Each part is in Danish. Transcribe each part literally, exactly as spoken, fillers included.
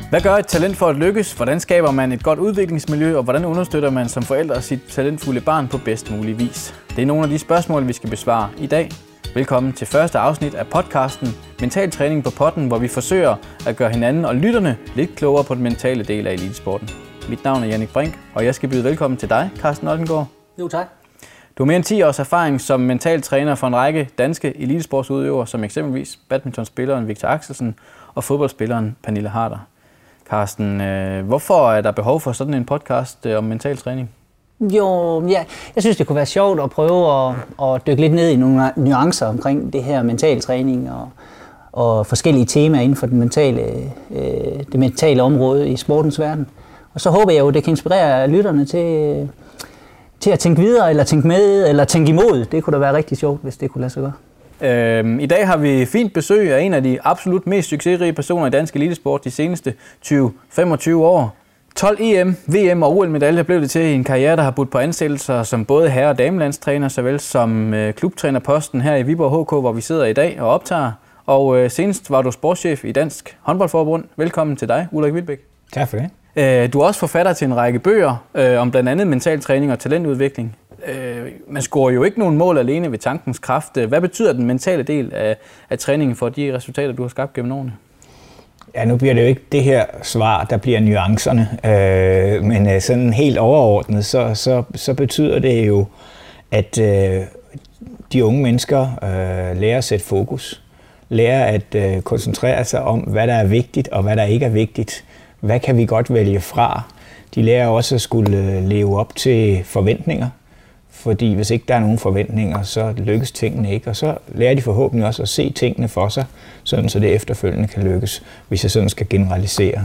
Hvad gør et talent for at lykkes? Hvordan skaber man et godt udviklingsmiljø? Og hvordan understøtter man som forældre sit talentfulde barn på bedst mulig vis? Det er nogle af de spørgsmål, vi skal besvare i dag. Velkommen til første afsnit af podcasten Mental Træning på Potten, hvor vi forsøger at gøre hinanden og lytterne lidt klogere på den mentale del af elitesporten. Mit navn er Jannik Brink, og jeg skal byde velkommen til dig, Carsten Oldengård. Jo, tak. Du har mere end ti års erfaring som mental træner for en række danske elitesportsudøvere, som eksempelvis badmintonspilleren Victor Axelsen og fodboldspilleren Pernille Harder. Carsten, hvorfor er der behov for sådan en podcast om mental træning? Jo, ja, jeg synes, det kunne være sjovt at prøve at, at dykke lidt ned i nogle nuancer omkring det her mental træning og, og forskellige temaer inden for den mentale, øh, det mentale område i sportens verden. Og så håber jeg jo, det kan inspirere lytterne til, til at tænke videre, eller tænke med, eller tænke imod. Det kunne da være rigtig sjovt, hvis det kunne lade sig gøre. Øhm, I dag har vi fint besøg af en af de absolut mest succesrige personer i dansk elitesport de seneste tyve til femogtyve år. tolv E M, V M og O L-medaljer blev det til i en karriere, der har budt på ansættelser som både herre- og damelandstræner, såvel som øh, klubtrænerposten her i Viborg H K, hvor vi sidder i dag og optager. Og øh, senest var du sportschef i Dansk Håndboldforbund. Velkommen til dig, Ulrik Wilbæk. Tak for det. Øh, du er også forfatter til en række bøger øh, om blandt andet mental træning og talentudvikling. Øh, man scorer jo ikke nogen mål alene ved tankens kraft. Hvad betyder den mentale del af, af træningen for de resultater, du har skabt gennem årene? Ja, nu bliver det jo ikke det her svar, der bliver nuancerne, øh, men øh, sådan helt overordnet, så, så, så betyder det jo, at øh, de unge mennesker øh, lærer at sætte fokus, lærer at øh, koncentrere sig om, hvad der er vigtigt og hvad der ikke er vigtigt. Hvad kan vi godt vælge fra? De lærer også at skulle leve op til forventninger, fordi hvis ikke der er nogen forventninger, så lykkes tingene ikke, og så lærer de forhåbentlig også at se tingene for sig, sådan så det efterfølgende kan lykkes, hvis jeg sådan skal generalisere.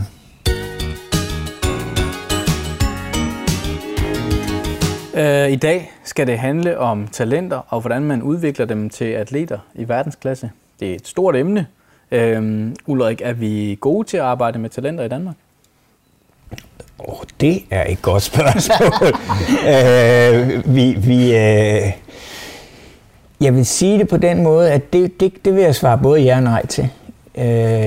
I dag skal det handle om talenter og hvordan man udvikler dem til atleter i verdensklasse. Det er et stort emne. Uh, Ulrik, er vi gode til at arbejde med talenter i Danmark? Oh, det er et godt spørgsmål. uh, vi, vi, uh, jeg vil sige det på den måde, at det, det, det vil jeg svare både ja og nej til. Uh,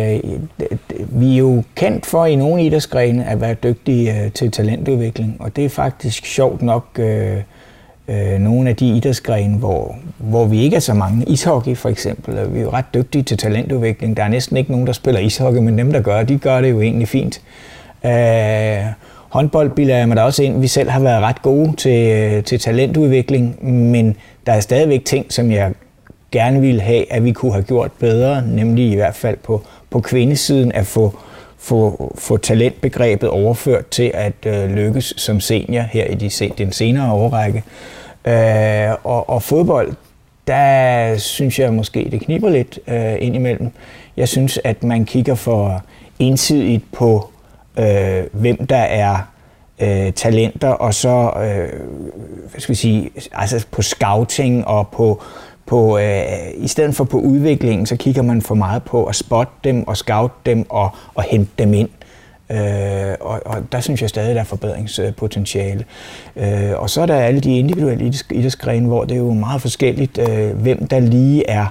vi er jo kendt for i nogle idrætsgrene at være dygtige uh, til talentudvikling, og det er faktisk sjovt nok uh, uh, nogle af de idrætsgrene, hvor, hvor vi ikke er så mange. Ishockey for eksempel, vi er jo ret dygtige til talentudvikling. Der er næsten ikke nogen, der spiller ishockey, men dem, der gør, de gør det jo egentlig fint. Uh, håndbold bilder jeg mig da også ind. Vi selv har været ret gode til, til talentudvikling, men der er stadigvæk ting, som jeg gerne ville have, at vi kunne have gjort bedre, nemlig i hvert fald på, på kvindesiden at få, få, få talentbegrebet overført til at uh, lykkes som senior her i de, den senere årrække. Uh, og, og fodbold, der synes jeg måske, det kniber lidt uh, indimellem. Jeg synes, at man kigger for ensidigt på Øh, hvem der er øh, talenter, og så øh, hvad skal vi sige, altså på scouting og på, på øh, i stedet for på udviklingen, så kigger man for meget på at spotte dem og scout dem og, og hente dem ind. Øh, og, og der synes jeg stadig, der er forbedringspotentiale. Øh, og så er der alle de individuelle idrætsgrene, hvor det er jo meget forskelligt, øh, hvem der lige er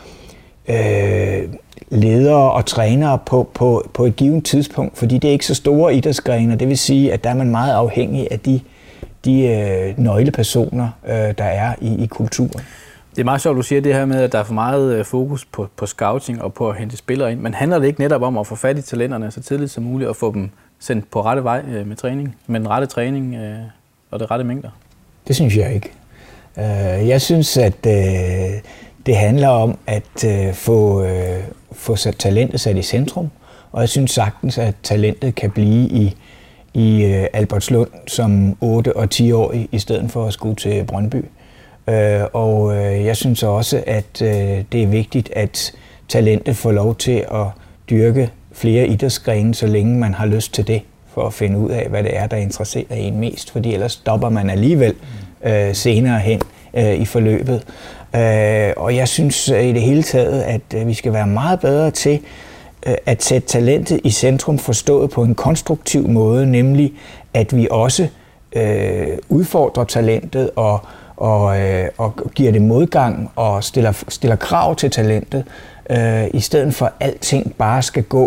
øh, ledere og trænere på, på, på et givet tidspunkt, fordi det er ikke så store idrætsgrene, og det vil sige, at der er man meget afhængig af de, de øh, nøglepersoner, øh, der er i, i kulturen. Det er meget sjovt, du siger det her med, at der er for meget fokus på, på scouting og på at hente spillere ind, men handler det ikke netop om at få fat i talenterne så tidligt som muligt og få dem sendt på rette vej øh, med træning, med den rette træning øh, og det rette mængder? Det synes jeg ikke. Uh, jeg synes, at uh, det handler om at uh, få, uh, få sat talentet sat i centrum, og jeg synes sagtens, at talentet kan blive i, i uh, Albertslund som otte- og ti-årig, i stedet for at skulle til Brøndby. Uh, og uh, jeg synes også, at uh, det er vigtigt, at talentet får lov til at dyrke flere idrætsgrene, så længe man har lyst til det, for at finde ud af, hvad det er, der interesserer en mest, fordi ellers stopper man alligevel uh, senere hen uh, i forløbet. Uh, og jeg synes uh, i det hele taget, at uh, vi skal være meget bedre til uh, at sætte talentet i centrum, forstået på en konstruktiv måde, nemlig at vi også uh, udfordrer talentet og Og, øh, og giver det modgang og stiller, stiller krav til talentet, øh, i stedet for at alting bare skal gå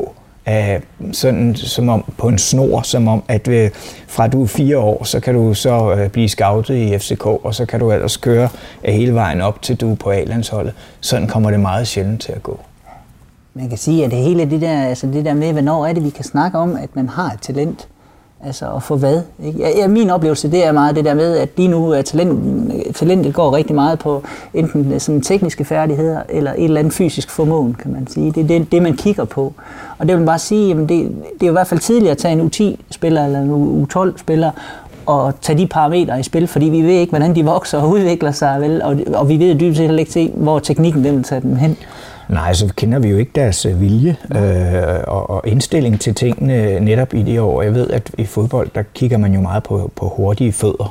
af, sådan som om på en snor, som om at øh, fra du er fire år, så kan du så øh, blive scoutet i F C K, og så kan du ellers køre hele vejen op til du er på A-landsholdet. Sådan kommer det meget sjældent til at gå. Man kan sige, at det hele det der, altså det der med, hvornår er det, vi kan snakke om, at man har et talent. Altså, og for hvad? Ikke? Ja, min oplevelse, det er meget det der med, at lige nu er talent, talentet går rigtig meget på enten sådan tekniske færdigheder, eller et eller andet fysisk formåen, kan man sige. Det er det, det man kigger på. Og det vil man bare sige, jamen det, det er i hvert fald tidligere at tage en U ti-spiller eller en U tolv-spiller, og tage de parametre i spil, fordi vi ved ikke, hvordan de vokser og udvikler sig, vel? Og, og vi ved dybest set heller ikke se, hvor teknikken den vil tage dem hen. Nej, så kender vi jo ikke deres vilje øh, og, og indstilling til tingene netop i det år. Jeg ved, at i fodbold, der kigger man jo meget på, på hurtige fødder.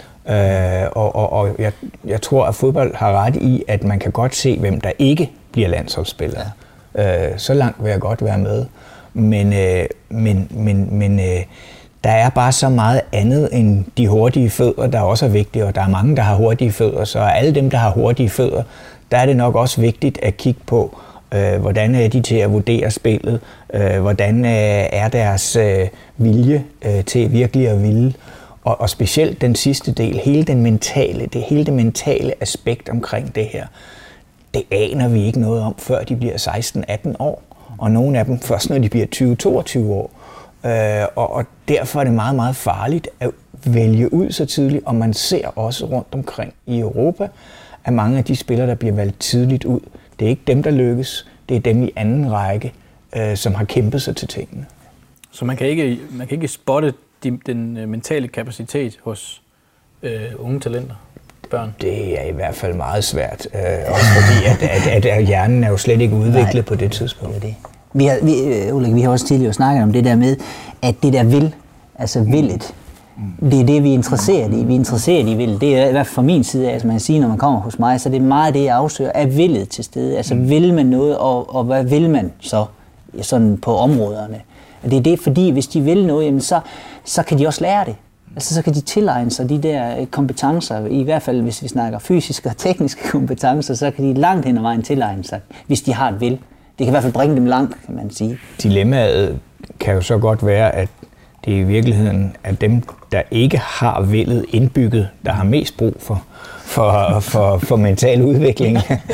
Øh, og og, og jeg, jeg tror, at fodbold har ret i, at man kan godt se, hvem der ikke bliver landsholdsspillere. Ja. Øh, så langt vil jeg godt være med. Men, øh, men, men, men øh, der er bare så meget andet end de hurtige fødder, der også er vigtige. Og der er mange, der har hurtige fødder, så alle dem, der har hurtige fødder, der er det nok også vigtigt at kigge på, øh, hvordan er de til at vurdere spillet, øh, hvordan øh, er deres øh, vilje øh, til virkelig at ville, og, og specielt den sidste del, hele den mentale, det hele det mentale aspekt omkring det her, det aner vi ikke noget om, før de bliver seksten atten år, og nogle af dem først, når de bliver tyve toogtyve år. Øh, og, og derfor er det meget, meget farligt at vælge ud så tidligt, og man ser også rundt omkring i Europa, at mange af de spillere, der bliver valgt tidligt ud, det er ikke dem, der lykkes, det er dem i anden række, øh, som har kæmpet sig til tingene. Så man kan ikke, man kan ikke spotte de, den mentale kapacitet hos øh, unge talenter, børn? Det er i hvert fald meget svært, øh, også fordi at, at, at hjernen er jo slet ikke udviklet Nej, på det tidspunkt. Det er det. Vi har, vi, Ulrik, vi har også tidligere snakket om det der med, at det der vil, altså villet, det er det, vi er interesseret i. Vi er interesseret i vil. Det er i hvert fald fra min side, altså man kan sige, når man kommer hos mig, så det er meget det, jeg afsøger, er villet til stede. Altså vil man noget, og, og hvad vil man så sådan på områderne? Og det er det, fordi hvis de vil noget, jamen så, så kan de også lære det. Altså så kan de tilegne sig de der kompetencer, i hvert fald hvis vi snakker fysiske og tekniske kompetencer, så kan de langt hen ad vejen tilegne sig, hvis de har et vil. Det kan i hvert fald bringe dem langt, kan man sige. Dilemmaet kan jo så godt være, at det er i virkeligheden at dem, der ikke har villet indbygget, der har mest brug for, for, for, for mental udvikling.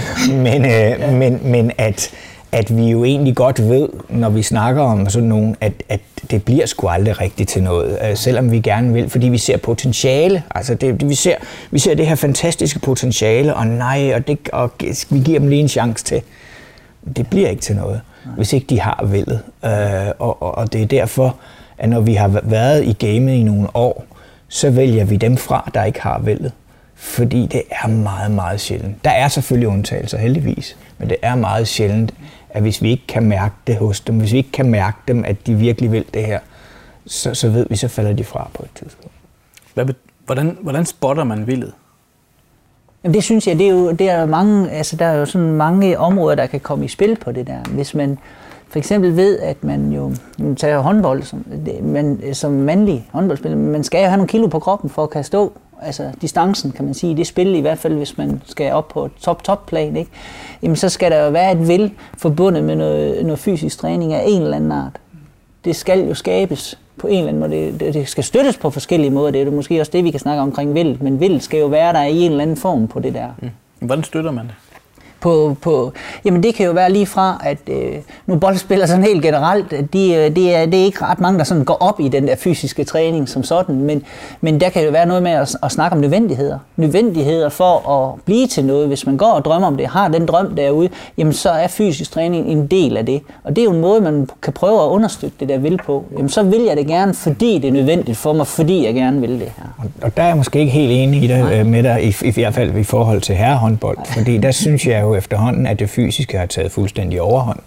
men øh, men, men at, at vi jo egentlig godt ved, når vi snakker om sådan nogen, at, at det bliver sgu aldrig rigtigt til noget, øh, selvom vi gerne vil, fordi vi ser potentiale. Altså det, det, vi, ser, vi ser det her fantastiske potentiale, og nej, og, det, og vi giver dem lige en chance til. Det bliver ikke til noget, hvis ikke de har villet. Øh, og, og, og det er derfor, at når vi har været i gamet i nogle år, så vælger vi dem fra, der ikke har villet. Fordi det er meget, meget sjældent. Der er selvfølgelig undtagelser, heldigvis, men det er meget sjældent, at hvis vi ikke kan mærke det hos dem, hvis vi ikke kan mærke dem, at de virkelig vil det her, så, så ved vi, så falder de fra på et tidspunkt. Hvad, hvordan, hvordan spotter man villet? Jamen det synes jeg, det er jo, det er mange, altså der er jo sådan mange områder, der kan komme i spil på det der. Hvis man for eksempel ved, at man jo man tager håndbold som, man, som mandlig håndboldspiller, man skal jo have nogle kilo på kroppen for at kan stå, altså distancen kan man sige, det spil i hvert fald, hvis man skal op på top-top-plan, ikke? Jamen så skal der jo være et vil forbundet med noget, noget fysisk træning af en eller anden art. Det skal jo skabes på en eller anden måde, det, det skal støttes på forskellige måder, det er jo måske også det, vi kan snakke omkring vil, men vil skal jo være der i en eller anden form på det der. Mm. Hvordan støtter man det? På, på, jamen det kan jo være lige fra, at øh, nu boldspillere sådan helt generelt, de, det, er, det er ikke ret mange, der sådan går op i den der fysiske træning som sådan, men, men der kan jo være noget med at, at snakke om nødvendigheder. Nødvendigheder for at blive til noget. Hvis man går og drømmer om det, har den drøm derude, jamen så er fysisk træning en del af det. Og det er jo en måde, man kan prøve at understøtte det der vil på. Jamen så vil jeg det gerne, fordi det er nødvendigt for mig, fordi jeg gerne vil det her. Og der er jeg måske ikke helt enig i det, med dig, i, i hvert fald i forhold til herrehåndbold, fordi der synes jeg jo efterhånden, at det fysiske har taget fuldstændig overhånd.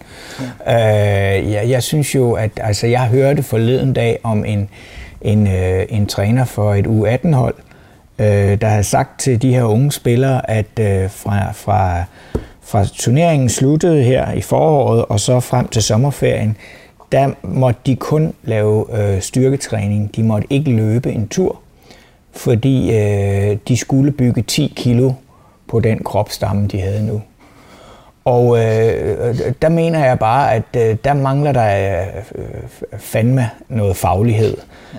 Ja. Øh, jeg, jeg synes jo, at altså, jeg hørte forleden dag om en, en, øh, en træner for et U atten hold, øh, der havde sagt til de her unge spillere, at øh, fra, fra, fra turneringen sluttede her i foråret og så frem til sommerferien, der måtte de kun lave øh, styrketræning. De måtte ikke løbe en tur, fordi øh, de skulle bygge ti kilo på den kropsstamme, de havde nu. Og øh, der mener jeg bare, at øh, der mangler der øh, fandme noget faglighed.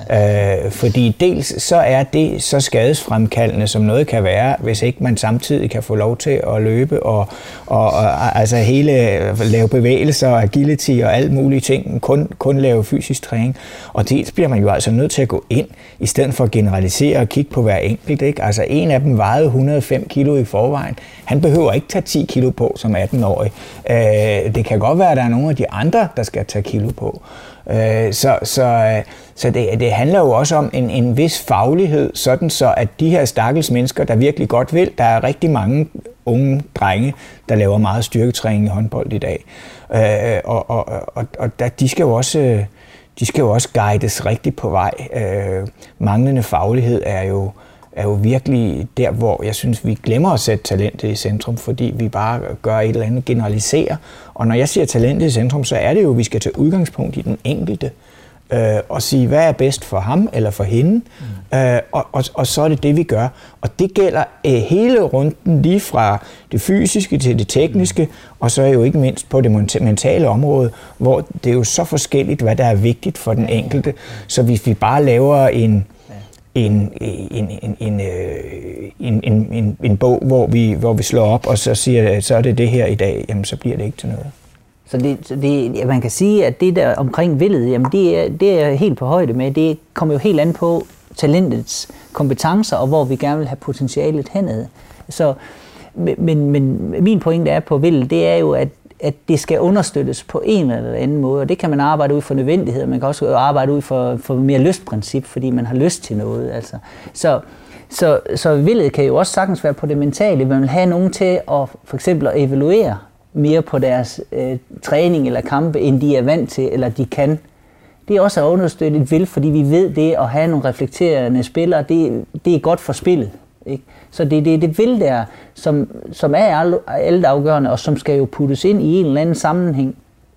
Ja. Øh, fordi dels så er det så skadesfremkaldende, som noget kan være, hvis ikke man samtidig kan få lov til at løbe og, og, og altså hele lave bevægelser og agility og alt mulige ting, kun, kun lave fysisk træning. Og dels bliver man jo altså nødt til at gå ind, i stedet for at generalisere og kigge på hver enkelt. Ikke? Altså en af dem vejede et hundrede og fem kilo i forvejen. Han behøver ikke tage ti kilo på som atten-årig. Øh, det kan godt være, at der er nogle af de andre, der skal tage kilo på. Øh, så så, så det, det handler jo også om en, en vis faglighed, sådan så at de her stakkels mennesker, der virkelig godt vil, der er rigtig mange unge drenge, der laver meget styrketræning i håndbold i dag. Øh, og og, og, og der, de skal jo også, de skal jo også guides rigtigt på vej. Øh, manglende faglighed er jo er jo virkelig der, hvor jeg synes, vi glemmer at sætte talentet i centrum, fordi vi bare gør et eller andet, generaliserer. Og når jeg siger talentet i centrum, så er det jo, at vi skal tage udgangspunkt i den enkelte, øh, og sige, hvad er bedst for ham eller for hende, mm. øh, og, og, og så er det det, vi gør. Og det gælder øh, hele runden, lige fra det fysiske til det tekniske, mm. og så jo ikke mindst på det mentale område, hvor det er jo så forskelligt, hvad der er vigtigt for den enkelte. Så hvis vi bare laver en En, en, en, en, en, en, en, en bog, hvor vi, hvor vi slår op, og så siger, så er det det her i dag, jamen så bliver det ikke til noget. Så, det, så det, man kan sige, at det der omkring villet, jamen det er, det er helt på højde med. Det kommer jo helt an på talentets kompetencer, og hvor vi gerne vil have potentialet henad. Så, men, men min pointe er på villet, det er jo, at at det skal understøttes på en eller anden måde, og det kan man arbejde ud for nødvendighed, man kan også arbejde ud for, for mere lystprincip, fordi man har lyst til noget. Altså. Så, så, så villet kan jo også sagtens være på det mentale, man vil have nogen til at for eksempel at evaluere mere på deres øh, træning eller kampe, end de er vant til, eller de kan. Det er også at understøtte et vil, fordi vi ved det at have nogle reflekterende spillere, det, det er godt for spillet. Ikke? Så det er det, det vil der, som, som er altafgørende, og som skal jo puttes ind i en eller anden sammenhæng,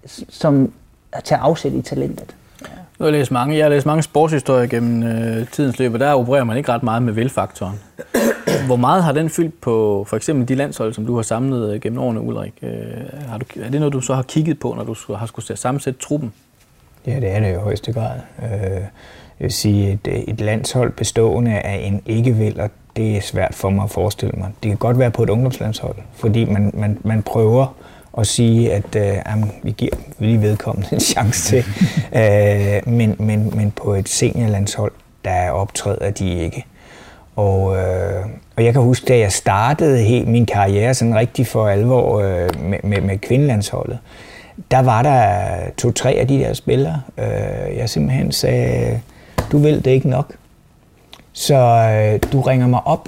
som tager afsæt i talentet. Ja. Nu har jeg læst mange, jeg har læst mange sportshistorier gennem øh, tidens løb, og der opererer man ikke ret meget med vil-faktoren. Hvor meget har den fyldt på for eksempel de landshold, som du har samlet gennem årene, Ulrik? Øh, har du, er det noget, du så har kigget på, når du har skulle sammensætte truppen? Ja, det er det jo i højeste grad. Øh, jeg vil sige, et, et landshold bestående af en ikke-viller, det er svært for mig at forestille mig. Det kan godt være på et ungdomslandshold, fordi man, man, man prøver at sige, at øh, jamen, vi giver lige vedkommende en chance til. øh, men, men, men på et seniorlandshold, der optræder de ikke. Og, øh, og jeg kan huske, da jeg startede helt min karriere sådan rigtig for alvor øh, med, med, med kvindelandsholdet, der var der to-tre af de der spillere. Øh, jeg simpelthen sagde, du vil det ikke nok. Så øh, du ringer mig op,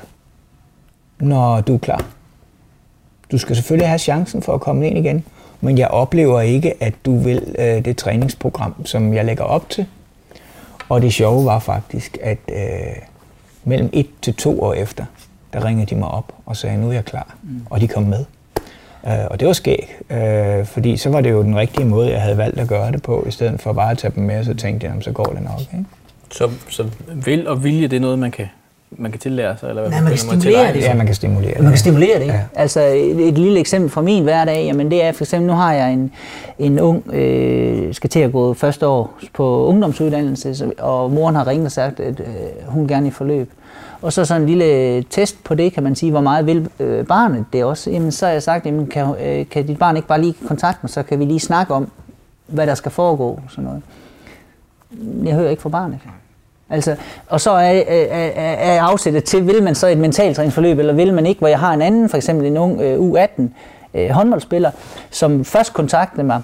når du er klar. Du skal selvfølgelig have chancen for at komme ind igen, men jeg oplever ikke, at du vil øh, det træningsprogram, som jeg lægger op til. Og det sjove var faktisk, at øh, mellem et til to år efter, der ringede de mig op og sagde, nu er jeg klar, mm. og de kom med. Uh, og det var skægt, uh, fordi så var det jo den rigtige måde, jeg havde valgt at gøre det på, i stedet for bare at tage dem med, så tænkte jeg, så går det nok. Ikke? Så, så vil og vilje, det er noget, man kan, man kan tillære sig? Eller hvad? Nej, man kan stimulere det. Ja, man kan stimulere det. Man kan stimulere det, ja. Altså et, et lille eksempel fra min hverdag, jamen det er for eksempel, nu har jeg en, en ung, øh, skal til at gå første år på ungdomsuddannelse, og moren har ringet og sagt, at øh, hun gerne i forløb. Og så sådan en lille test på det, kan man sige, hvor meget vil øh, barnet det også. Jamen, så har jeg sagt, jamen, kan, øh, kan dit barn ikke bare lige kontakte mig, så kan vi lige snakke om, hvad der skal foregå. Sådan noget. Jeg hører ikke fra barnet. Altså, og så er, er, er afsættet til, vil man så et mentaltræningsforløb, eller vil man ikke, hvor jeg har en anden, for eksempel en ung øh, U atten øh, håndboldspiller, som først kontaktede mig,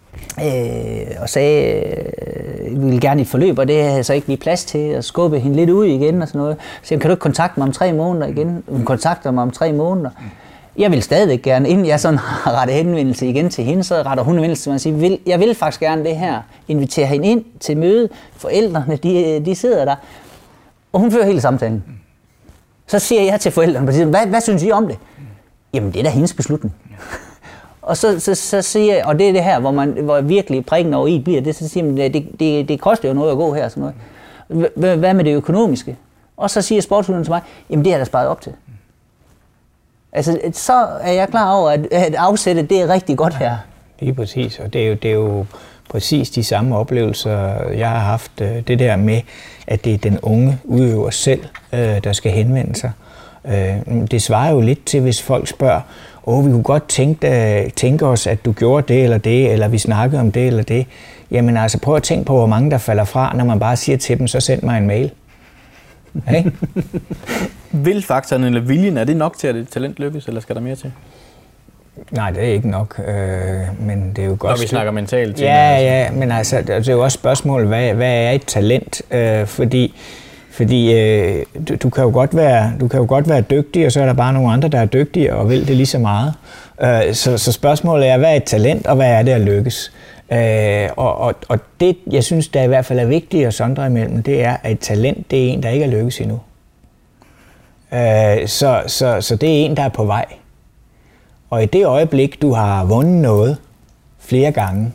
Øh, og sagde, øh, vi ville gerne i et forløb, og det havde så ikke lige plads til at skubbe hende lidt ud igen og sådan noget. Så jeg, kan du ikke kontakte mig om tre måneder igen? Hun kontakter mig om tre måneder. Jeg vil stadigvæk gerne, inden jeg sådan har rettet henvendelse igen til hende, så retter hun henvendelse til mig og siger, vil, jeg vil faktisk gerne det her, invitere hende ind til møde. Forældrene, de, de sidder der, og hun fører hele samtalen. Så siger jeg til forældrene, hvad, hvad synes I om det? Jamen, det er da hendes beslutning. Og så, så, så siger jeg, og det er det her, hvor man hvor virkelig prikken over i bliver, det, så siger man, det, det, det koster jo noget at gå her. Sådan noget. H- hvad med det økonomiske? Og så siger sportsudøveren til mig, jamen det har jeg da sparet op til. Altså, så er jeg klar over, at, at afsætte, det er rigtig godt her. Lige præcis, og det er jo, det er jo præcis de samme oplevelser, jeg har haft. Det der med, at det er den unge udøver selv, der skal henvende sig. Det svarer jo lidt til, hvis folk spørger, åh, vi kunne godt tænke, tænke os, at du gjorde det eller det, eller vi snakkede om det eller det. Jamen altså, prøv at tænke på, hvor mange der falder fra, når man bare siger til dem, så send mig en mail. Hey? Vil-faktoren eller viljen, er det nok til, at et talent lykkes, eller skal der mere til? Nej, det er ikke nok, øh, men det er jo godt... Når vi snakker mentalt. Ja, ja, men altså, det er jo også spørgsmålet, hvad, hvad er et talent? Øh, fordi fordi øh, du, du, kan jo godt være, du kan jo godt være dygtig, og så er der bare nogle andre, der er dygtige og vil det lige så meget. Øh, så, så spørgsmålet er, hvad er et talent, og hvad er det at lykkes? Øh, og, og, og det, jeg synes, der i hvert fald er vigtigt at sondre imellem, det er, at et talent, det er en, der ikke er lykkes endnu. Øh, så, så, så det er en, der er på vej. Og i det øjeblik, du har vundet noget flere gange,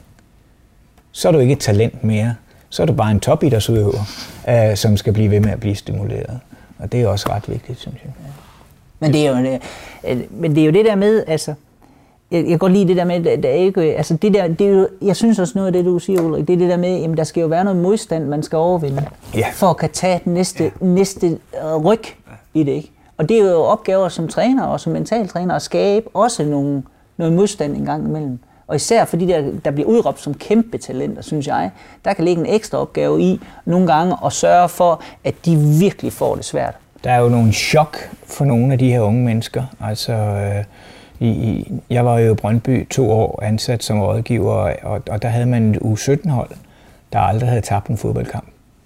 så er du ikke et talent mere. Så er du bare en topidrætsudøver, øh, som skal blive ved med at blive stimuleret. Og det er også ret vigtigt, synes jeg. Men det er jo, men det, er jo det der med, altså, jeg, jeg kan godt lide det der med, der er ikke, altså det der, det er jo, jeg synes også noget af det, du siger, Ulrik, det er det der med, jamen der skal jo være noget modstand, man skal overvinde, ja. For at kan tage den næste, ja. næste ryg i det, ikke? Og det er jo opgaver som træner og som mentaltræner at skabe også nogle, noget modstand en gang imellem. Og især fordi der, der bliver udråbt som kæmpe talenter, synes jeg, der kan ligge en ekstra opgave i nogle gange at sørge for, at de virkelig får det svært. Der er jo nogle chok for nogle af de her unge mennesker. Altså, øh, i, i, jeg var jo i Brøndby to år ansat som rådgiver, og, og der havde man et U sytten hold, der aldrig havde tabt en fodboldkamp.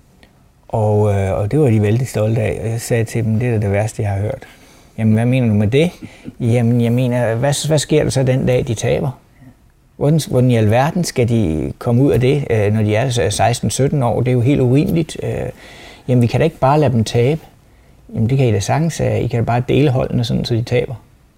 Og, øh, og det var de vældig stolte af. Jeg sagde til dem, det er det værste, jeg har hørt. Jamen, hvad mener du med det? Jamen, jeg mener, hvad, hvad sker der så den dag, de taber? Hvordan, hvordan i alverden skal de komme ud af det, øh, når de er seksten sytten år? Det er jo helt urimeligt. Øh, jamen, vi kan da ikke bare lade dem tabe. Jamen, det kan I da sagtens. I kan da bare dele holdene, sådan, så de taber.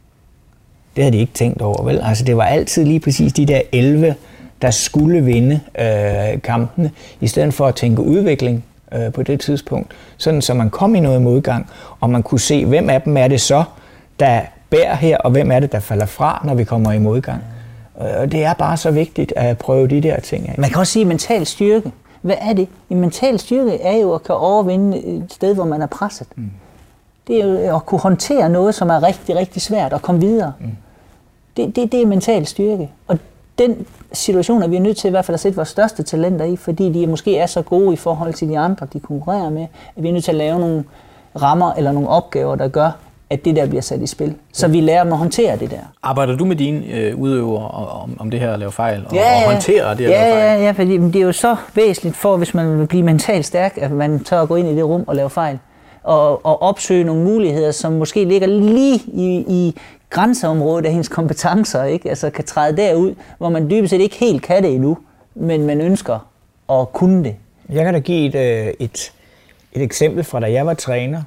Det havde de ikke tænkt over, vel? Altså, det var altid lige præcis de der elleve, der skulle vinde øh, kampene, i stedet for at tænke udvikling øh, på det tidspunkt. Sådan, så man kom i noget modgang, og man kunne se, hvem af dem er det så, der bærer her, og hvem er det, der falder fra, når vi kommer i modgang. Og det er bare så vigtigt at prøve de der ting af. Man kan også sige mental styrke. Hvad er det? En mental styrke er jo at kunne overvinde et sted, hvor man er presset. Mm. Det er jo at kunne håndtere noget, som er rigtig, rigtig svært, og komme videre. Mm. Det, det, det er mental styrke. Og den situation er vi nødt til i hvert fald at sætte vores største talenter i, fordi de måske er så gode i forhold til de andre, de konkurrerer med, at vi er nødt til at lave nogle rammer eller nogle opgaver, der gør, at det der bliver sat i spil. Så vi lærer dem at håndtere det der. Arbejder du med dine øh, udøvere om, om det her at lave fejl, og, ja, ja. og håndtere det at ja, lave fejl? Ja, ja, fordi det er jo så væsentligt for, hvis man vil blive mentalt stærk, at man tør at gå ind i det rum og lave fejl. Og, og opsøge nogle muligheder, som måske ligger lige i, i grænseområdet af hendes kompetencer, ikke? Altså kan træde derud, hvor man dybest set ikke helt kan det endnu, men man ønsker at kunne det. Jeg kan da give et, et, et eksempel fra, da jeg var træner.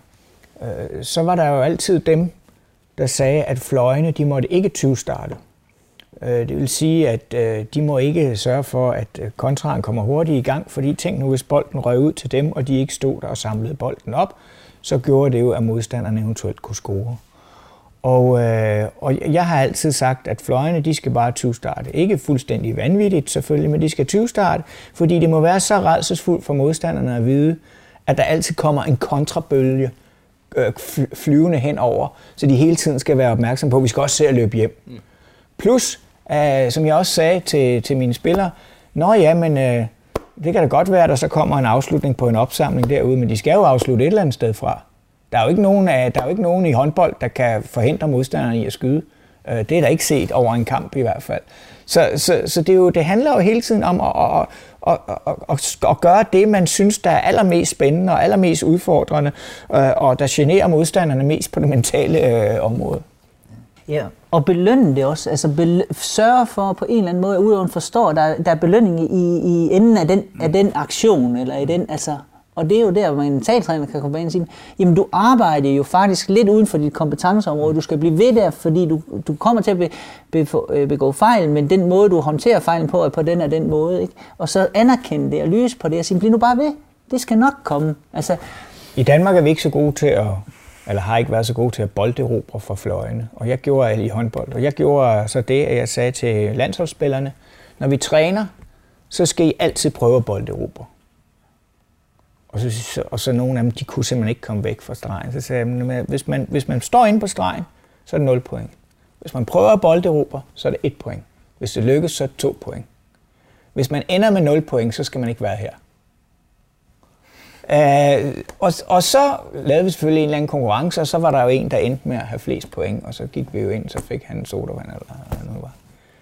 Så var der jo altid dem, der sagde, at fløjene, de måtte ikke tyvstarte. Det vil sige, at de må ikke sørge for, at kontraen kommer hurtigt i gang, fordi tænk nu, hvis bolden røg ud til dem, og de ikke stod der og samlede bolden op, så gjorde det jo, at modstanderne eventuelt kunne score. Og, øh, og jeg har altid sagt, at fløjene, de skal bare tyvstarte. Ikke fuldstændig vanvittigt selvfølgelig, men de skal tyvstarte, fordi det må være så rædselsfuldt for modstanderne at vide, at der altid kommer en kontrabølge øh, flyvende henover, så de hele tiden skal være opmærksom på, at vi skal også se at løbe hjem. Mm. Plus, øh, som jeg også sagde til, til mine spillere, nå ja, men øh, det kan da godt være, at der så kommer en afslutning på en opsamling derude, men de skal jo afslutte et eller andet sted fra. Der er jo ikke nogen, af, der er jo ikke nogen i håndbold, der kan forhindre modstanderne i at skyde. Det er der ikke set over en kamp i hvert fald. Så, så, så det, er jo, det handler jo hele tiden om at, at, at, at, at, at gøre det, man synes, der er allermest spændende og allermest udfordrende, og der generer modstanderne mest på det mentale øh, område. Ja, og belønne det også. Altså belø- sørge for på en eller anden måde, at udøveren forstår, at der, der er belønning i, i enden af den, af den aktion, eller i den, altså... Og det er jo der, hvor en mentaltræner kan komme ind og sige, jamen du arbejder jo faktisk lidt uden for dit kompetenceområde. Du skal blive ved der, fordi du, du kommer til at be, be, begå fejl, men den måde, du håndterer fejlen på, er på den og den måde. Ikke? Og så anerkende det og lyse på det og sige, bliv nu bare ved. Det skal nok komme. Altså, I Danmark er vi ikke så gode til at eller har ikke været så god til at bolderobre fra fløjene. Og jeg gjorde i håndbold. Og jeg gjorde så det, at jeg sagde til landsholdsspillerne, når vi træner, så skal I altid prøve at bolderobre. Og så, og så nogle af dem, de kunne simpelthen ikke komme væk fra stregen. Så sagde jeg, hvis man, hvis man står inde på stregen, så er det nul point. Hvis man prøver at bolderobre, så er det et point. Hvis det lykkes, så er det to point. Hvis man ender med nul point, så skal man ikke være her. Uh, og, og så lavede vi selvfølgelig en eller anden konkurrence, og så var der jo en, der endte med at have flest point, og så gik vi jo ind, så fik han en sodavand, eller hvad det nu var.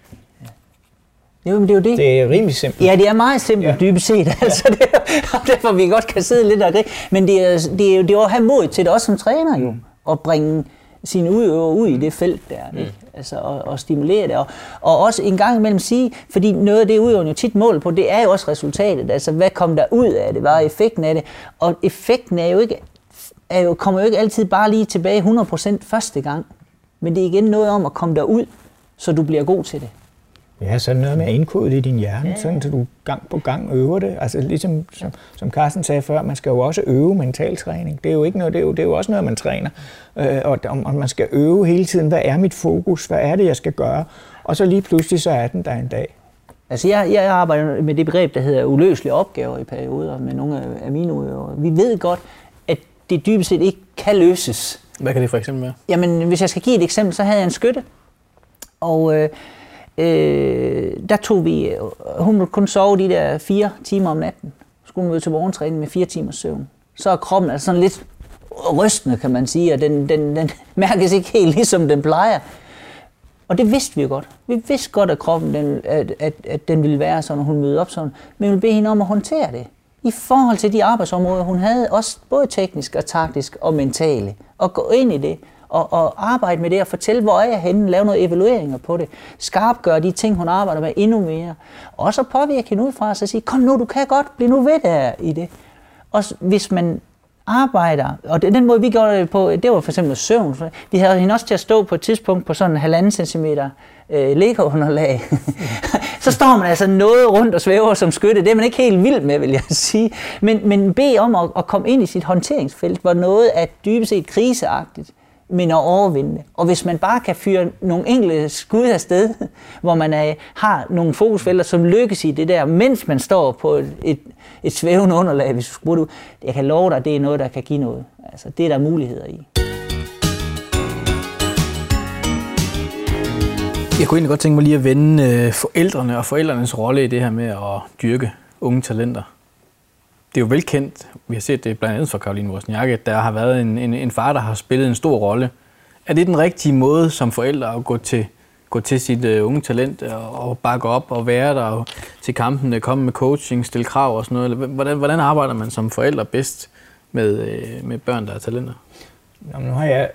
Jo, men det er jo det. Det er rimelig simpelt. Ja, det er meget simpelt, ja. Dybest set. Altså, det er, derfor vi godt kan sidde lidt og grine. Men det er, det er jo det er at have mod til det, også som træner jo, at bringe sine udøvere ud i det felt der, mm. ikke? Altså, og, og stimulere det. Og, og også en gang imellem sige, fordi noget af det udøveren jo tit mål på, det er jo også resultatet. Altså, hvad kom der ud af det? Hvad er effekten af det? Og effekten er jo ikke, er jo, kommer jo ikke altid bare lige tilbage hundrede procent første gang. Men det er igen noget om at komme derud, så du bliver god til det. Ja, så er det noget med at indkode det i din hjerne, ja. Sådan at du gang på gang øver det. Altså ligesom som, som Carsten sagde før, man skal jo også øve mentaltræning. Det er jo ikke noget, det er jo, det er jo også noget, man træner. Øh, og, og man skal øve hele tiden, hvad er mit fokus, hvad er det, jeg skal gøre? Og så lige pludselig, så er den der en dag. Altså jeg, jeg arbejder med det begreb, der hedder uløselige opgaver i perioder med nogle af mine udøvere. Vi ved godt, at det dybest set ikke kan løses. Hvad kan det for eksempel være? Jamen, hvis jeg skal give et eksempel, så havde jeg en skytte. Og øh, øh, der tog vi, hun måtte kun sove de der fire timer om natten. Skulle hun møde til morgentræning med fire timers søvn. Så er kroppen altså sådan lidt rystende, kan man sige, og den, den, den mærkes ikke helt ligesom den plejer. Og det vidste vi jo godt. Vi vidste godt, at kroppen den, at, at, at den ville være sådan, når hun mødte op sådan. Men vi ville bede hende om at håndtere det. I forhold til de arbejdsområder, hun havde, også både teknisk og taktisk og mentale. Og gå ind i det. Og, og arbejde med det og fortælle, hvor er jeg henne, lave noget evalueringer på det. Skarpgøre de ting, hun arbejder med endnu mere. Og så påvirke hende udefra og så sige, kom nu, du kan godt, bliv nu ved der i det. Og hvis man arbejder, og den måde vi gjorde det på, det var for eksempel søvn. Vi havde hende også til at stå på et tidspunkt på sådan en halvanden centimeter øh, Lego-underlag. Så står man altså noget rundt og svæver som skytte. Det er man ikke helt vild med, vil jeg sige. Men, men bed om at, at komme ind i sit håndteringsfelt, hvor noget er dybest set kriseagtigt, men at overvinde det. Og hvis man bare kan fyre nogle enkelte skud afsted, hvor man er, har nogle fokusfelter, som lykkes i det der, mens man står på et, et, et svævende underlag, hvis du skal bruge det ud, jeg kan love dig, at det er noget, der kan give noget. Altså, det er der muligheder i. Jeg kunne egentlig godt tænke mig lige at vende forældrene og forældrenes rolle i det her med at dyrke unge talenter. Det er jo velkendt, vi har set det blandt andet fra Caroline Wozniacki, at der har været en, en, en far, der har spillet en stor rolle. Er det den rigtige måde som forældre at gå til, gå til sit uh, unge talent og, og bakke op og være der og til kampen, komme med coaching, stille krav og sådan noget? Eller hvordan, hvordan arbejder man som forældre bedst med, uh, med børn, der er talenter? Jamen, nu har jeg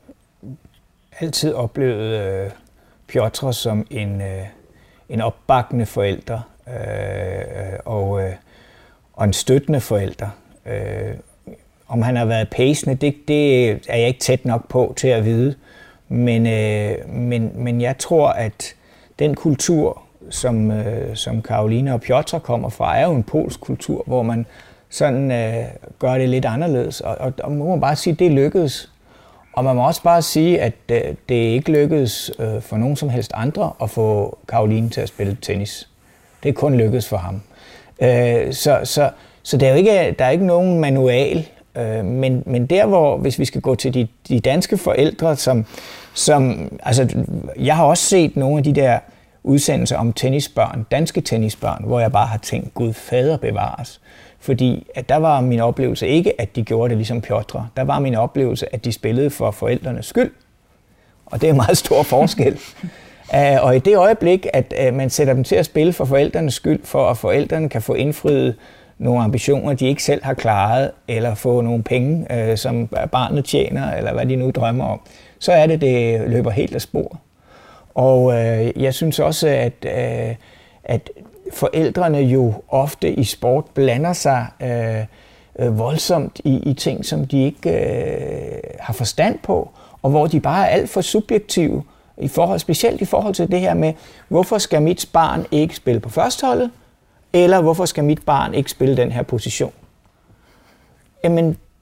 altid oplevet uh, Piotr som en, uh, en opbakkende forælder. Uh, og uh, og en støttende forælder. Øh, om han har været pacende, det, det er jeg ikke tæt nok på til at vide. Men, øh, men, men jeg tror, at den kultur, som, øh, som Caroline og Piotr kommer fra, er jo en polsk kultur, hvor man sådan øh, gør det lidt anderledes. Og, og, og man må bare sige, at det lykkedes. Og man må også bare sige, at øh, det ikke lykkedes øh, for nogen som helst andre at få Caroline til at spille tennis. Det er kun lykkedes for ham. Øh, så, så, så der er jo ikke, der er ikke nogen manual, øh, men, men der hvor, hvis vi skal gå til de, de danske forældre, som, som, altså jeg har også set nogle af de der udsendelser om tennisbørn, danske tennisbørn, hvor jeg bare har tænkt, Gud fader bevares. Fordi at der var min oplevelse ikke, at de gjorde det ligesom Piotr. Der var min oplevelse, at de spillede for forældrenes skyld. Og det er en meget stor forskel. Uh, og i det øjeblik, at uh, man sætter dem til at spille for forældrenes skyld, for at forældrene kan få indfriet nogle ambitioner, de ikke selv har klaret, eller få nogle penge, uh, som barnet tjener, eller hvad de nu drømmer om, så er det, det løber helt af spor. Og uh, jeg synes også, at, uh, at forældrene jo ofte i sport blander sig uh, uh, voldsomt i, i ting, som de ikke uh, har forstand på, og hvor de bare er alt for subjektive. I forhold, specielt i forhold til det her med, hvorfor skal mit barn ikke spille på førsteholdet, eller hvorfor skal mit barn ikke spille den her position? Jamen,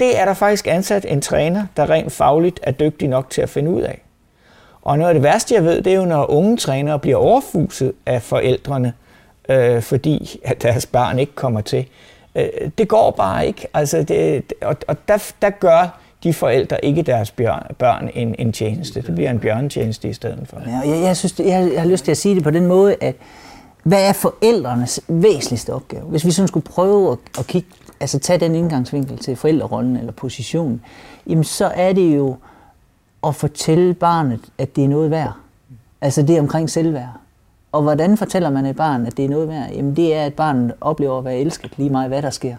det er der faktisk ansat en træner, der rent fagligt er dygtig nok til at finde ud af. Og noget af det værste, jeg ved, det er jo, når unge trænere bliver overfuset af forældrene, øh, fordi at deres barn ikke kommer til. Øh, det går bare ikke. Altså det, og og der, der gør de forældre ikke deres børn en, en tjeneste. Det bliver en bjørnetjeneste i stedet for. Ja, jeg, jeg, synes, det, jeg, jeg har lyst til at sige det på den måde, at hvad er forældrenes væsentligste opgave? Hvis vi sådan skulle prøve at, at kigge, altså tage den indgangsvinkel til forældrerollen eller positionen, jamen så er det jo at fortælle barnet, at det er noget værd. Altså det er omkring selvværd. Og hvordan fortæller man et barn, at det er noget værd? Jamen det er, at barnet oplever at være elsket lige meget, hvad der sker.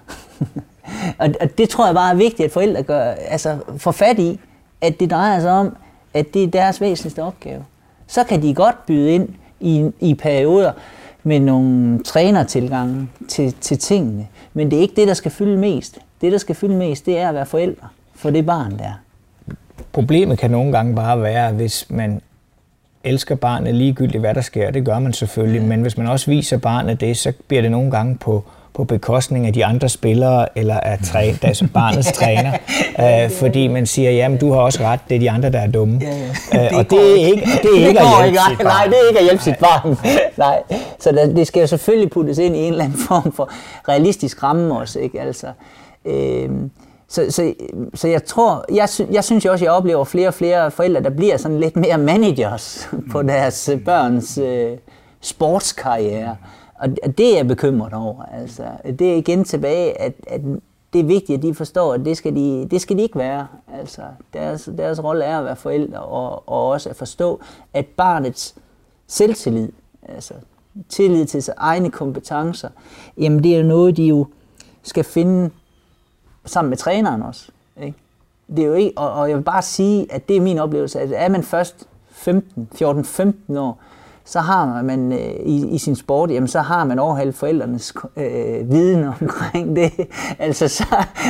og, og det tror jeg bare er vigtigt, at forældre gør, altså får fat i, at det drejer sig om, at det er deres væsentligste opgave. Så kan de godt byde ind i, i perioder med nogle trænertilgange til, til tingene. Men det er ikke det, der skal fylde mest. Det, der skal fylde mest, det er at være forældre for det barn der. Problemet kan nogle gange bare være, hvis man elsker barnet ligegyldigt, hvad der sker. Det gør man selvfølgelig, ja. Men hvis man også viser barnet det, så bliver det nogle gange på, på bekostning af de andre spillere, eller af træ, altså barnets træner. Æh, fordi man siger, jamen du har også ret, det er de andre, der er dumme. Ja, ja. Æh, og det er ikke, det er ikke at hjælpe sit barn. Nej, det er ikke at hjælpe sit barn. Nej. Så der, det skal jo selvfølgelig puttes ind i en eller anden form for realistisk ramme også, ikke? Altså, øhm, Så, så, så jeg tror, jeg, sy, jeg synes jo også, jeg oplever flere og flere forældre, der bliver sådan lidt mere managers på deres børns øh, sportskarriere. Og det er jeg bekymret over. Altså, det er igen tilbage, at, at det er vigtigt, at de forstår, at det skal de, det skal de ikke være. Altså, deres, deres rolle er at være forældre, og, og også at forstå, at barnets selvtillid, altså tillid til sine egne kompetencer, jamen det er noget, de jo skal finde sammen med træneren også. Ikke? Det er jo ikke, og, og jeg vil bare sige, at det er min oplevelse, at er man først femten, fjorten femten år, så har man øh, i, i sin sport, jamen så har man overhalet forældrenes øh, viden omkring det. Altså så,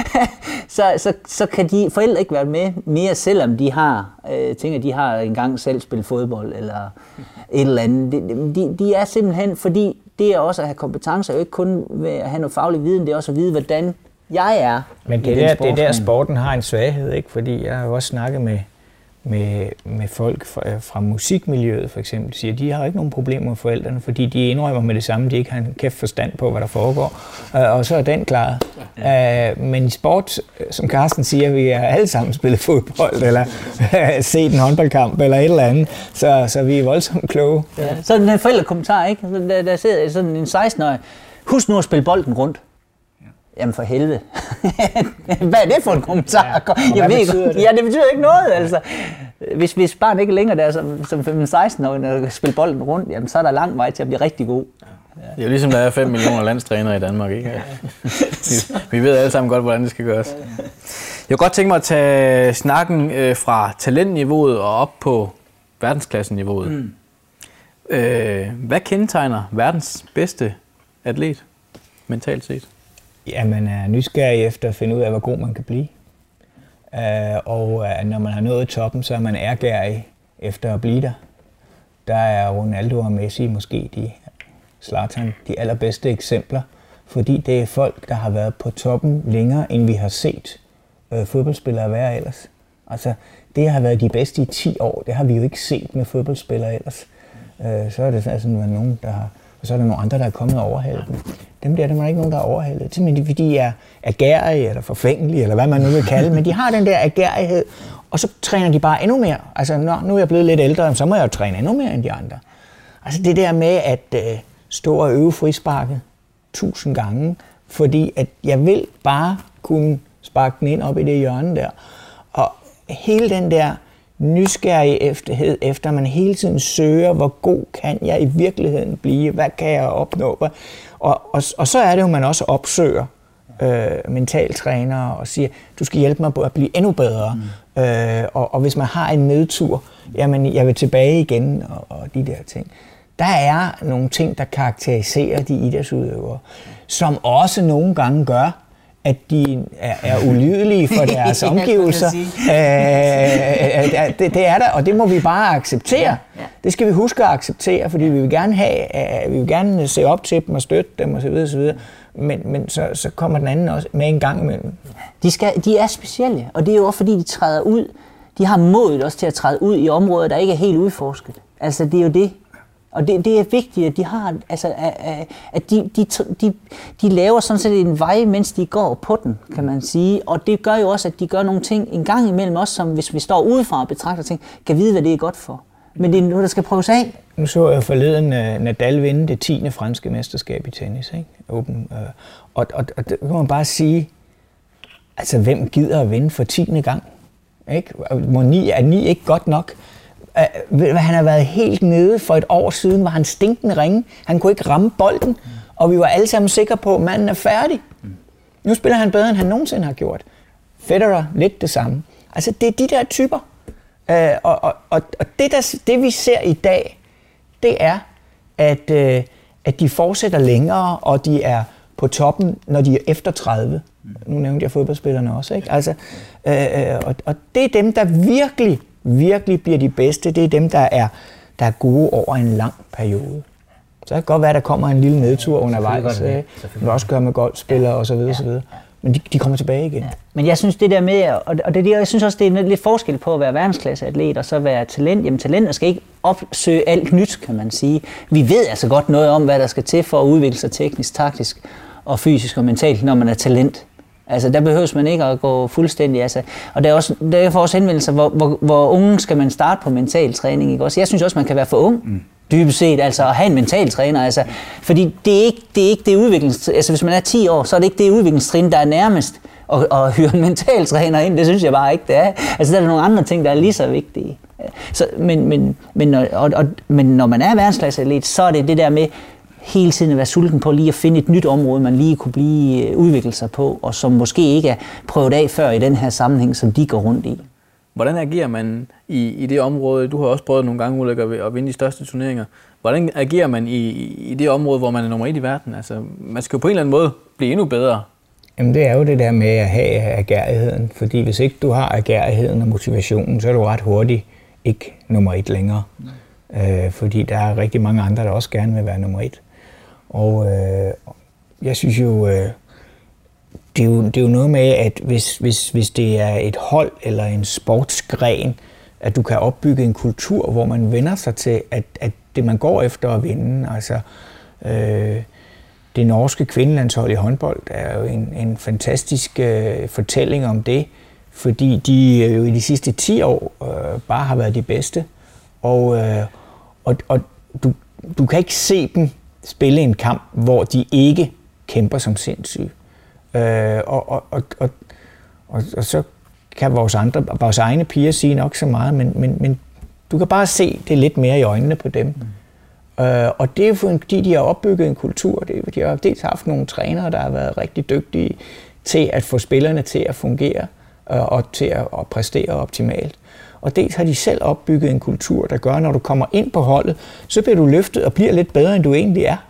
så, så, så kan de forældre ikke være med mere, selvom de har øh, ting, at de har engang selv spillet fodbold eller et eller andet. De, de, de er simpelthen, fordi det er også at have kompetencer, jo ikke kun ved at have noget faglig viden, det er også at vide, hvordan jeg er. Men det er der, det der sporten har en svaghed, ikke? Fordi jeg har jo også snakket med, med, med folk fra, fra musikmiljøet for eksempel, siger, de har ikke nogen problemer med forældrene, fordi de indrømmer med det samme, de ikke har en kæft forstand på, hvad der foregår, og så er den klar. Ja. Men i sport, som Carsten siger, vi har alle sammen spillet fodbold, eller set en håndboldkamp, eller et eller andet, så, så vi er voldsomt kloge. Ja. Så den forældrekommentar, ikke? Der, der sidder sådan en seksten-årig, husk nu at spille bolden rundt. Jamen for helvede. Hvad er det for en kommentar? Ja, jeg ved ikke. Det? Ja, det betyder ikke noget. Altså. Hvis, hvis barnet ikke længere der som, som femten seksten år, når spiller bolden rundt, jamen, så er der lang vej til at blive rigtig god. Ja. Det er jo ligesom, der er fem millioner landstrænere i Danmark, ikke? Ja. Vi ved alle sammen godt, hvordan det skal gøres. Jeg kunne godt tænke mig at tage snakken øh, fra talentniveauet og op på verdensklasseniveauet. Mm. Øh, hvad kendetegner verdens bedste atlet, mentalt set? Ja, man er nysgerrig efter at finde ud af, hvor god man kan blive. Uh, og uh, når man har nået toppen, så er man ærgerrig efter at blive der. Der er Ronaldo og Messi måske de, Zlatan, de allerbedste eksempler, fordi det er folk, der har været på toppen længere, end vi har set uh, fodboldspillere være ellers. Altså, det har været de bedste i ti år, det har vi jo ikke set med fodboldspillere ellers. Uh, så er det sådan, at nogen, der har, og så er der nogle andre, der er kommet og overhalet dem. Dem der, der er ikke nogen, der er overhalet. Simpelthen fordi de er agerige eller forfængelige, eller hvad man nu vil kalde, men de har den der agerighed, og så træner de bare endnu mere. Altså, når nu er jeg blevet lidt ældre, så må jeg jo træne endnu mere end de andre. Altså det der med at øh, stå og øve frisparket tusind gange, fordi at jeg vil bare kunne sparke den ind op i det hjørne der. Og hele den der nysgerrige efterhed, efter man hele tiden søger, hvor god kan jeg i virkeligheden blive, hvad kan jeg opnå, og, og, og så er det jo, man også opsøger øh, mentaltrænere og siger, du skal hjælpe mig på at blive endnu bedre, mm. øh, og, og hvis man har en nedtur, jamen jeg vil tilbage igen, og, og de der ting. Der er nogle ting, der karakteriserer de idrætsudøvere, som også nogle gange gør, at de er, er ulydelige for deres omgivelser. øh, det, det er der, og det må vi bare acceptere. Ja, ja. Det skal vi huske at acceptere, fordi vi vil gerne have, uh, vi vil gerne se op til dem og støtte dem osv. osv. Men, men så, så kommer den anden også med en gang imellem. De, skal, de er specielle, og det er jo også fordi, de træder ud. De har modet også til at træde ud i områder, der ikke er helt udforsket. Altså, det er jo det. Og det, det er vigtigt, at de har, altså, at de, de, de, de laver sådan set en vej, mens de går på den, kan man sige. Og det gør jo også, at de gør nogle ting en gang imellem os, som hvis vi står udefra og betragter ting, kan vide, hvad det er godt for. Men det er noget, der skal prøves af. Nu så jeg forleden uh, Nadal vinde det tiende franske mesterskab i tennis, ikke? Open. Uh, og, og, og det kan man bare sige, altså hvem gider at vinde for tiende gang? Ikke? Må ni, er ni ikke godt nok? Uh, han har været helt nede for et år siden, var han stinkende ringe. Han kunne ikke ramme bolden, mm. og vi var alle sammen sikre på, at manden er færdig. Mm. Nu spiller han bedre, end han nogensinde har gjort. Federer, lidt det samme. Altså, det er de der typer. Uh, og og, og det, der, det, vi ser i dag, det er, at, uh, at de fortsætter længere, og de er på toppen, når de er efter tredive. Mm. Nu nævnte jeg fodboldspillerne også, ikke? Altså, uh, og, og det er dem, der virkelig virkelig bliver de bedste, det er dem, der er, der er gode over en lang periode. Så det kan godt være, at der kommer en lille nedtur undervejs. Det vil også gøre med golfspillere og så videre, så videre. Men de, de kommer tilbage igen. Ja. Men jeg synes det der med, og det, jeg synes også, det er lidt forskel på at være verdensklasseatlet og så være talent. Jamen talenter skal ikke opsøge alt nyt, kan man sige. Vi ved altså godt noget om, hvad der skal til for at udvikle sig teknisk, taktisk og fysisk og mentalt, når man er talent. Altså, der behøves man ikke at gå fuldstændig. Altså, og der er også, der er for også henvendelser, hvor, hvor, hvor unge skal man starte på mental træning, ikke også? Jeg synes også, man kan være for ung, mm. dybest set, altså at have en mental træner. Altså, fordi det er ikke det, er ikke det udviklings... Altså, hvis man er ti år, så er det ikke det udviklingstrin, der er nærmest at, at hyre en mental træner ind. Det synes jeg bare ikke, det er. Altså, der er nogle andre ting, der er lige så vigtige. Så, men, men, men, når, og, og, men når man er verdensklasseatlet, så er det det der med hele tiden at være sulten på lige at finde et nyt område, man lige kunne blive udvikle sig på, og som måske ikke er prøvet af før i den her sammenhæng, som de går rundt i. Hvordan agerer man i, i det område? Du har også prøvet nogle gange, Ulrik, at vinde de største turneringer. Hvordan agerer man i, i det område, hvor man er nummer et i verden? Altså, man skal jo på en eller anden måde blive endnu bedre. Jamen det er jo det der med at have agerigheden, fordi hvis ikke du har agerigheden og motivationen, så er du ret hurtigt ikke nummer et længere. Øh, fordi der er rigtig mange andre, der også gerne vil være nummer et. Og øh, jeg synes jo, øh, det, er jo, det er jo noget med, at hvis, hvis, hvis det er et hold eller en sportsgren, at du kan opbygge en kultur, hvor man vender sig til, at, at det man går efter at vinde. Altså, øh, det norske kvindelandshold i håndbold er jo en, en fantastisk øh, fortælling om det, fordi de jo i de sidste ti år øh, bare har været de bedste. Og, øh, og, og du, du kan ikke se dem spille en kamp, hvor de ikke kæmper som sindssyge. Øh, og, og, og, og, og, og så kan vores, andre, vores egne piger sige nok så meget, men, men, men du kan bare se det lidt mere i øjnene på dem. Mm. Øh, og det er fordi, de har opbygget en kultur. Det er, de har dels haft nogle trænere, der har været rigtig dygtige til at få spillerne til at fungere øh, og til at, at præstere optimalt. Og dels har de selv opbygget en kultur, der gør, når du kommer ind på holdet, så bliver du løftet og bliver lidt bedre, end du egentlig er.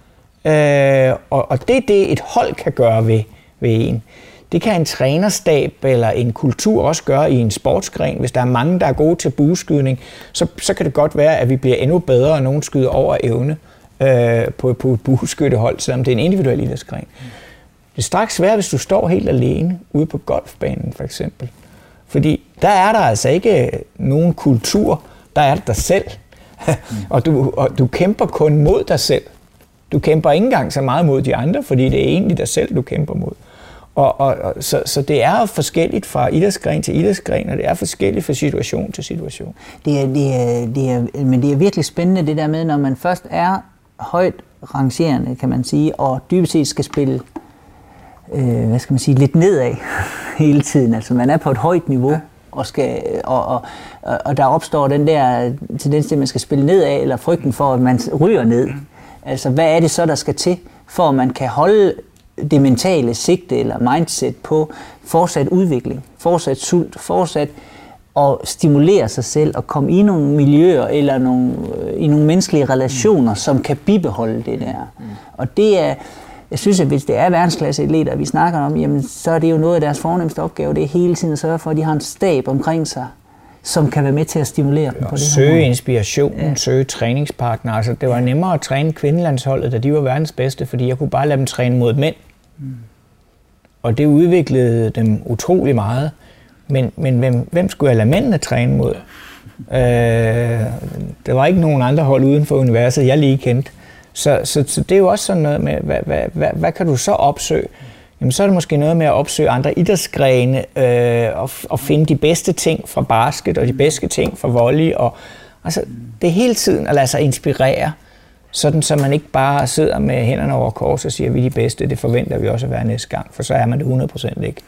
Øh, og, og det er det, et hold kan gøre ved, ved en. Det kan en trænerstab eller en kultur også gøre i en sportsgren. Hvis der er mange, der er gode til bueskydning, så, så kan det godt være, at vi bliver endnu bedre, og nogen skyder over evne øh, på, på et bueskyttehold, selvom det er en individuel idrætsgren. Det er straks svært, hvis du står helt alene ude på golfbanen, for eksempel. Fordi der er der altså ikke nogen kultur, der er det dig selv. og, du, og du kæmper kun mod dig selv. Du kæmper ikke engang så meget mod de andre, fordi det er egentlig dig selv, du kæmper mod. Og, og, og, så, så det er forskelligt fra idrætsgren til idrætsgren, og det er forskelligt fra situation til situation. Det er, det er, det er, men det er virkelig spændende det der med, når man først er højt rangerende, kan man sige, og dybest set skal spille øh, hvad skal man sige, lidt nedad hele tiden. Altså man er på et højt niveau, ja. og, skal, og, og, og der opstår den der tendens til, at man skal spille nedad, eller frygten for, at man ryger ned. Altså hvad er det så, der skal til, for at man kan holde det mentale sigte eller mindset på fortsat udvikling, fortsat sult, fortsat at stimulere sig selv og komme i nogle miljøer eller nogle, i nogle menneskelige relationer, som kan bibeholde det der. Og det er, jeg synes, at hvis det er verdensklasse-atleter, vi snakker om, jamen, så er det jo noget af deres fornemmeste opgave. Det er hele tiden at sørge for, at de har en stab omkring sig, som kan være med til at stimulere dem på det her. Søge inspiration, ja. Søge træningspartner. Altså, det var nemmere at træne kvindelandsholdet, da de var verdens bedste, fordi jeg kunne bare lade dem træne mod mænd. Mm. Og det udviklede dem utrolig meget. Men, men hvem, hvem skulle jeg lade mændene træne mod? Øh, der var ikke nogen andre hold uden for universet, jeg lige kendte. Så, så, så det er jo også sådan noget med, hvad, hvad, hvad, hvad kan du så opsøge? Jamen, så er det måske noget med at opsøge andre idrætsgrene øh, og, og finde de bedste ting fra basket og de bedste ting fra volley. Og, altså, det er hele tiden at lade sig inspirere, sådan så man ikke bare sidder med hænderne over kors og siger, at vi er de bedste. Det forventer vi også at være næste gang, for så er man det hundrede procent ikke.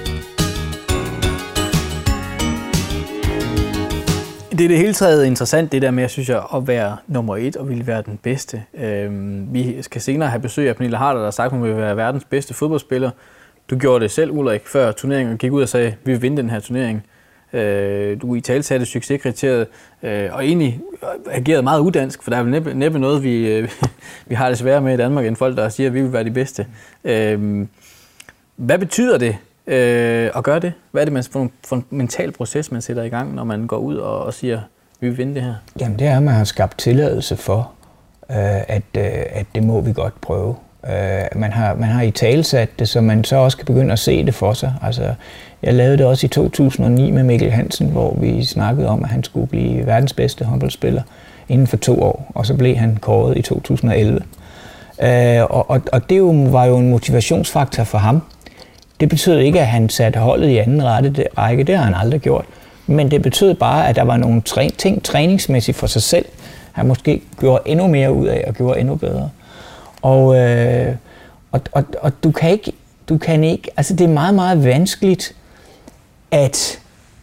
Det er det hele taget interessant, det der med, synes jeg, at være nummer et og ville være den bedste. Øhm, vi skal senere have besøg af Pernille Harder, der har sagt, at hun vil være verdens bedste fodboldspiller. Du gjorde det selv, Ulrik, før turneringen, og gik ud og sagde, at vi vil vinde den her turnering. Øh, du i talsatte succeskriteriet, øh, og egentlig agerede meget udansk, for der er vel næppe, næppe noget, vi, øh, vi har det sværere med i Danmark, end folk, der siger, at vi vil være de bedste. Øh, hvad betyder det? Øh, og gør det? Hvad er det man, for, en, for en mental proces, man sætter i gang, når man går ud og, og siger, vi vil vinde det her? Jamen det er, at man har skabt tilladelse for, øh, at, øh, at det må vi godt prøve. Øh, man, har, man har i talsat det, så man så også kan begynde at se det for sig. Altså, jeg lavede det også i to tusind og ni med Mikkel Hansen, hvor vi snakkede om, at han skulle blive verdens bedste håndboldspiller inden for to år, og så blev han kåret i to tusind og elleve. Øh, og, og, og det jo, var jo en motivationsfaktor for ham. Det betød ikke, at han satte holdet i anden række, det har han aldrig gjort. Men det betød bare, at der var nogle træ- ting træningsmæssigt for sig selv, han måske gjorde endnu mere ud af og gjorde endnu bedre. Og, øh, og, og, og du kan ikke, du kan ikke, altså det er meget, meget vanskeligt at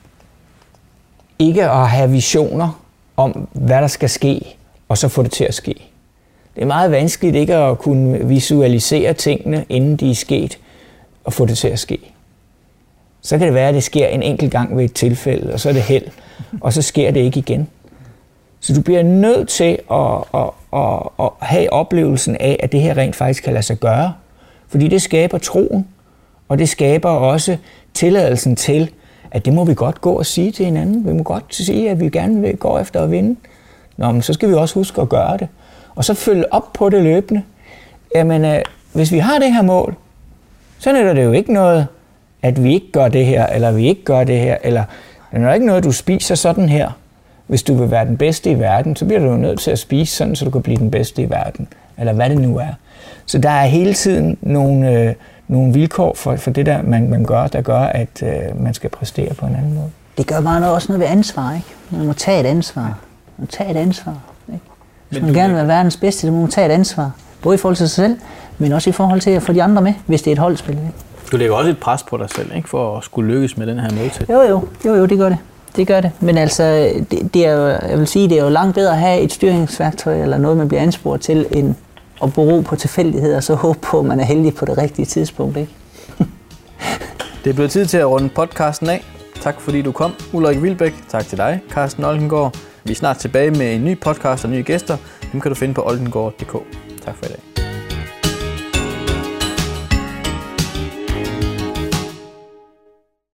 ikke at have visioner om, hvad der skal ske, og så få det til at ske. Det er meget vanskeligt ikke at kunne visualisere tingene, inden de er sket, og få det til at ske. Så kan det være, at det sker en enkelt gang ved et tilfælde, og så er det held, og så sker det ikke igen. Så du bliver nødt til at, at, at, at have oplevelsen af, at det her rent faktisk kan lade sig gøre. Fordi det skaber troen, og det skaber også tilladelsen til, at det må vi godt gå og sige til hinanden. Vi må godt sige, at vi gerne vil gå efter at vinde. Nå, men så skal vi også huske at gøre det. Og så følge op på det løbende. Jamen, hvis vi har det her mål, så er det jo ikke noget, at vi ikke gør det her, eller vi ikke gør det her, eller det er ikke noget, du spiser sådan her. Hvis du vil være den bedste i verden, så bliver du jo nødt til at spise sådan, så du kan blive den bedste i verden, eller hvad det nu er. Så der er hele tiden nogle, øh, nogle vilkår for, for det, der man, man gør, der gør, at øh, man skal præstere på en anden måde. Det gør bare noget, også noget ved ansvar, ikke? Man må tage et ansvar. Man må tage et ansvar, ikke? Hvis man gerne vil være verdens bedste, så må man tage et ansvar. Både i forhold til sig selv, men også i forhold til at få de andre med, hvis det er et holdspil. Ikke? Du lægger også et pres på dig selv, ikke, for at skulle lykkes med den her målsætning. Jo, jo, jo, jo, det gør det. Det gør det. Men altså, det, det er jo, jeg vil sige, det er jo langt bedre at have et styringsværktøj, eller noget, man bliver ansporet til, end at bero på tilfældigheder, og så håbe på, at man er heldig på det rigtige tidspunkt, ikke? Det er blevet tid til at runde podcasten af. Tak fordi du kom, Ulrik Wilbæk. Tak til dig, Carsten Oldengaard. Vi er snart tilbage med en ny podcast og nye gæster. Dem kan du finde på oldengaard punktum d k. Tak for i dag.